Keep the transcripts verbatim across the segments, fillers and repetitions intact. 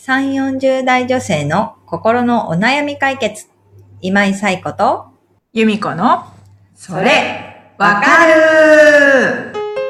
さんじゅう、よんじゅう代女性の心のお悩み解決。今井彩子と由美子のそれわかる。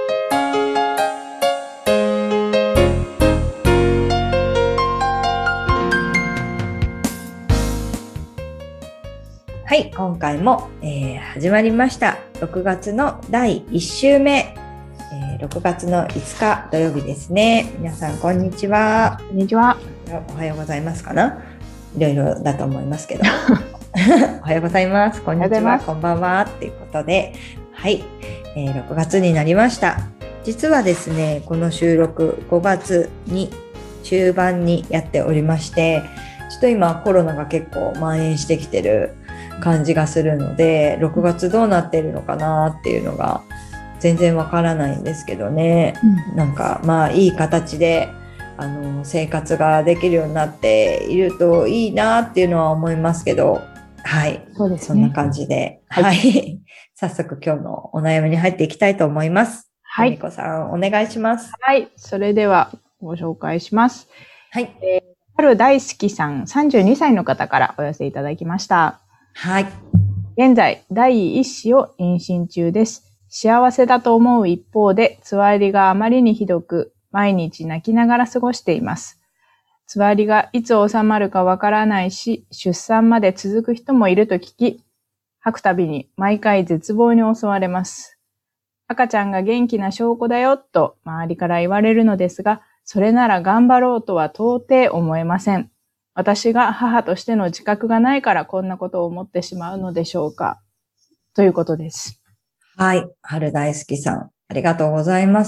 はい、今回も、えー、始まりました。ろくがつのだいいち週目、えー、ろくがつのいつか土曜日ですね。皆さんこんにちは。 こんにちは。 おはようございますかな。いろいろだと思いますけどおはようございます、こんにちは、こんばんはということで、はい、えー、ろくがつになりました。実はですね、この収録ごがつに中盤にやっておりまして、ちょっと今コロナが結構蔓延してきてる感じがするので、ろくがつどうなっているのかなっていうのが全然わからないんですけどね、うん、なんかまあいい形であの生活ができるようになっているといいなっていうのは思いますけど、はい、そうですね、そんな感じで、はい、はい、早速今日のお悩みに入っていきたいと思います。はい、由美子さんお願いします。 はい、それではご紹介します。 はい、 えー、春大好きさん、さんじゅうにさいの方からお寄せいただきました。 はい。 現在第一子を妊娠中です。幸せだと思う一方で、つわりがあまりにひどく、毎日泣きながら過ごしています。つわりがいつ収まるかわからないし、出産まで続く人もいると聞き、吐くたびに毎回絶望に襲われます。赤ちゃんが元気な証拠だよと周りから言われるのですが、それなら頑張ろうとは到底思えません。私が母としての自覚がないからこんなことを思ってしまうのでしょうか。ということです。 はい。春大好きさん、ありがとうございます。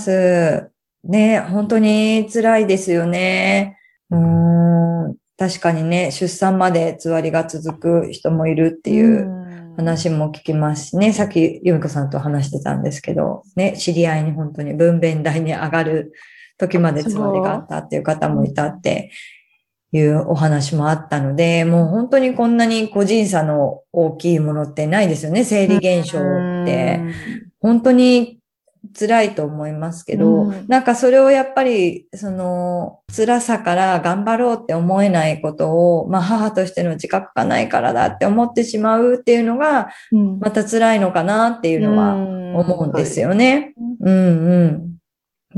ね、本当に辛いですよね。うーん、確かにね、出産までつわりが続く人もいるっていう話も聞きますしね、さっき由美子さんと話してたんですけど、ね、知り合いに本当に分娩台に上がる時までつわりがあったっていう方もいたっていうお話もあったので、もう本当にこんなに個人差の大きいものってないですよね、生理現象って。本当に辛いと思いますけど、うん、なんかそれをやっぱり、その、辛さから頑張ろうって思えないことを、まあ母としての自覚がないからだって思ってしまうっていうのが、また辛いのかなっていうのは思うんですよね。うん、うんうん。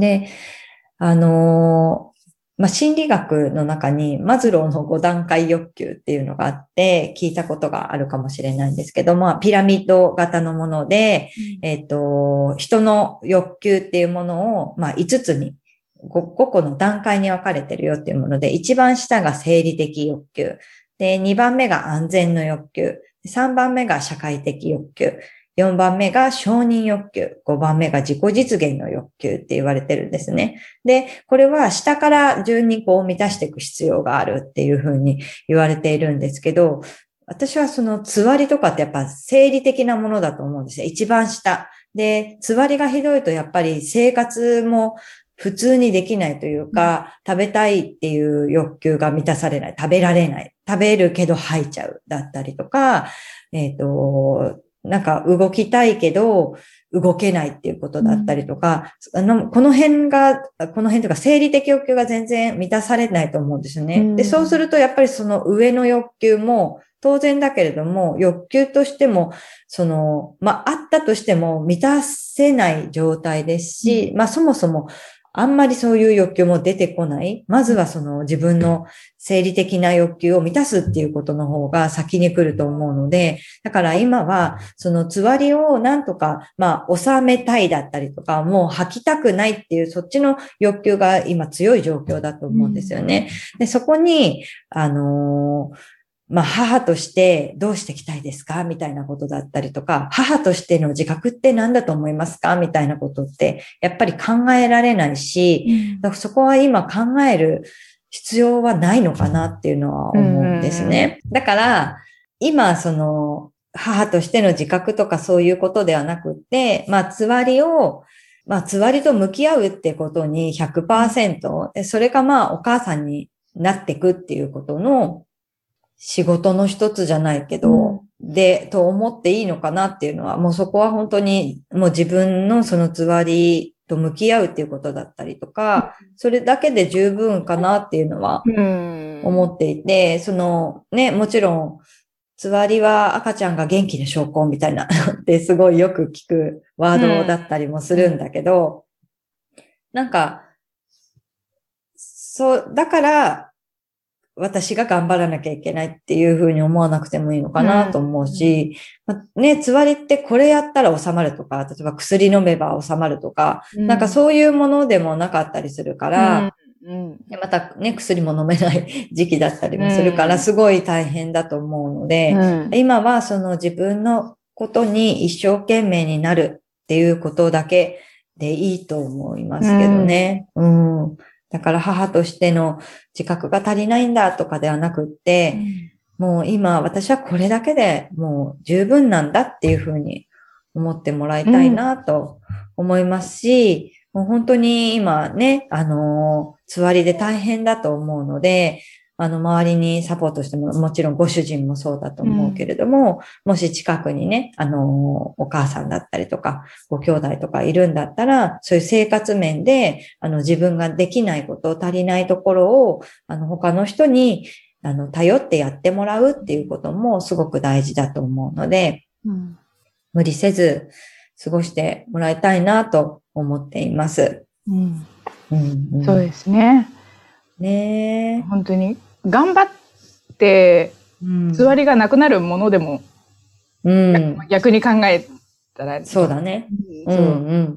で、あのー、まあ、心理学の中にマズローのご段階欲求っていうのがあって聞いたことがあるかもしれないんですけど、まあ、ピラミッド型のもので、うん、えっと、人の欲求っていうものを、まあ、いつつにごこの段階に分かれてるよっていうもので、一番下が生理的欲求。で、にばんめが安全の欲求。さんばんめが社会的欲求。よんばんめが承認欲求、ごばんめが自己実現の欲求って言われてるんですね。で、これは下から順にこう満たしていく必要があるっていうふうに言われているんですけど、私はそのつわりとかってやっぱ生理的なものだと思うんですよ。一番下。で、つわりがひどいとやっぱり生活も普通にできないというか、食べたいっていう欲求が満たされない、食べられない、食べるけど吐いちゃうだったりとか、えっと、なんか動きたいけど動けないっていうことだったりとか、うん、あのこの辺が、この辺というか生理的欲求が全然満たされないと思うんですよね。うん、で、そうするとやっぱりその上の欲求も当然だけれども、欲求としても、その、まあ、あったとしても満たせない状態ですし、うん、まあ、そもそもあんまりそういう欲求も出てこない。まずはその自分の生理的な欲求を満たすっていうことの方が先に来ると思うので、だから今はそのつわりをなんとか、まあ、収めたいだったりとか、もう吐きたくないっていうそっちの欲求が今強い状況だと思うんですよね。で、そこに、あのー、まあ、母としてどうしていきたいですかみたいなことだったりとか、母としての自覚って何だと思いますかみたいなことって、やっぱり考えられないし、うん、だからそこは今考える必要はないのかなっていうのは思うんですね。だから、今、その、母としての自覚とかそういうことではなくって、まあ、つわりを、まあ、つわりと向き合うってことに ひゃくパーセント、うん、それかまあ、お母さんになっていくっていうことの、仕事の一つじゃないけど、うん、で、と思っていいのかなっていうのは、もうそこは本当に、もう自分のそのつわりと向き合うっていうことだったりとか、それだけで十分かなっていうのは思っていて、そのね、もちろん、つわりは赤ちゃんが元気な証拠みたいなってすごいよく聞くワードだったりもするんだけど、なんか、そう、だから、私が頑張らなきゃいけないっていうふうに思わなくてもいいのかなと思うし、うんまあ、ね、つわりってこれやったら収まるとか、例えば薬飲めば収まるとか、うん、なんかそういうものでもなかったりするから、うんうん、でまたね、薬も飲めない時期だったりもするから、すごい大変だと思うので、うん、今はその自分のことに一生懸命になるっていうことだけでいいと思いますけどね。うん、うんだから母としての自覚が足りないんだとかではなくって、うん、もう今私はこれだけでもう十分なんだっていうふうに思ってもらいたいなと思いますし、うん、もう本当に今ね、あの、つわりで大変だと思うので、あの、周りにサポートしても、もちろんご主人もそうだと思うけれども、うん、もし近くにね、あの、お母さんだったりとか、ご兄弟とかいるんだったら、そういう生活面で、あの、自分ができないこと、足りないところを、あの、他の人に、あの、頼ってやってもらうっていうこともすごく大事だと思うので、うん、無理せず過ごしてもらいたいなと思っています。 うんうんうん、そうですね。 ねえ。 本当に。頑張って、つわりがなくなるものでも、うん、逆に考えたら、 そうだね、 うんそううん。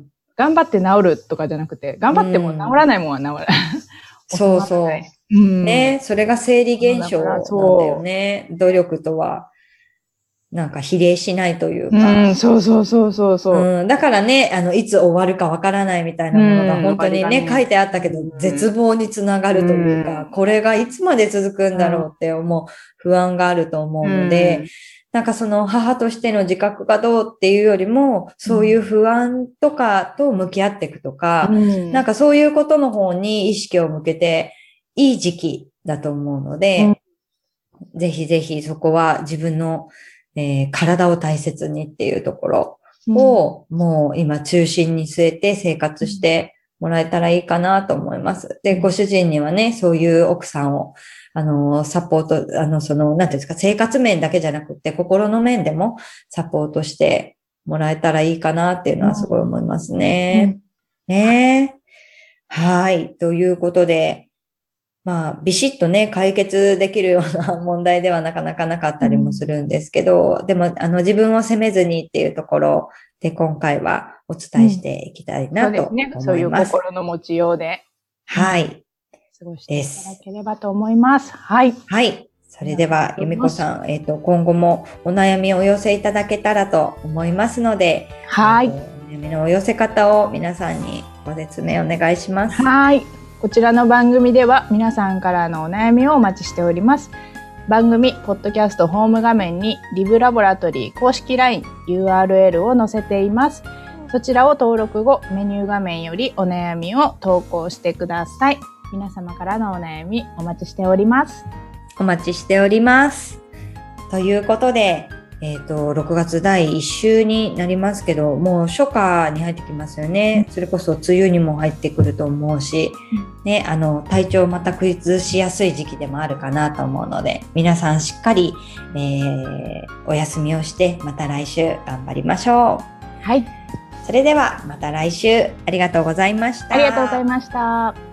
頑張って治るとかじゃなくて、頑張っても治らないもんは治らない。 うん、そうそう。うん、ねそれが生理現象なんだよね。努力とは、なんか比例しないというか。 うん、そうそうそうそうそう、 うん。だからね、あの、いつ終わるかわからないみたいなものが本当にね、うん、書いてあったけど、絶望につながるというか、うん、これがいつまで続くんだろうって思う不安があると思うので、うん、なんかその母としての自覚がどうっていうよりも、そういう不安とかと向き合っていくとか、うん、なんかそういうことの方に意識を向けていい時期だと思うので、うん、ぜひぜひそこは自分のえー、体を大切にっていうところを、うん、もう今中心に据えて生活してもらえたらいいかなと思います。で、ご主人にはね、そういう奥さんを、あの、サポート、あの、その、なんていうんですか、生活面だけじゃなくて、心の面でもサポートしてもらえたらいいかなっていうのはすごい思いますね。うん、ねはい。ということで、まあ、ビシッとね、解決できるような問題ではなかなかなかったりもするんですけど、うん、でも、あの、自分を責めずにっていうところで、今回はお伝えしていきたいなと思います。 うん、そうですね。そういう心の持ちようで。 はい。 過ごしていただければと思います。はい。 はい。それでは、由美子さん、えっと、今後もお悩みをお寄せいただけたらと思いますので、 はい。 お悩みのお寄せ方を皆さんにご説明お願いします。 はい。こちらの番組では皆さんからのお悩みをお待ちしております。番組ポッドキャストホーム画面にリブラボラトリー公式 ライン ユーアールエル を載せています。そちらを登録後、メニュー画面よりお悩みを投稿してください。皆様からのお悩みお待ちしております。 お待ちしております。ということで、えっと、ろくがつだいいっ週になりますけど、もう初夏に入ってきますよね。それこそ梅雨にも入ってくると思うし、ね、あの、体調また崩しやすい時期でもあるかなと思うので、皆さんしっかり、えー、お休みをして、また来週頑張りましょう。はい。 それでは、また来週ありがとうございました。 ありがとうございました。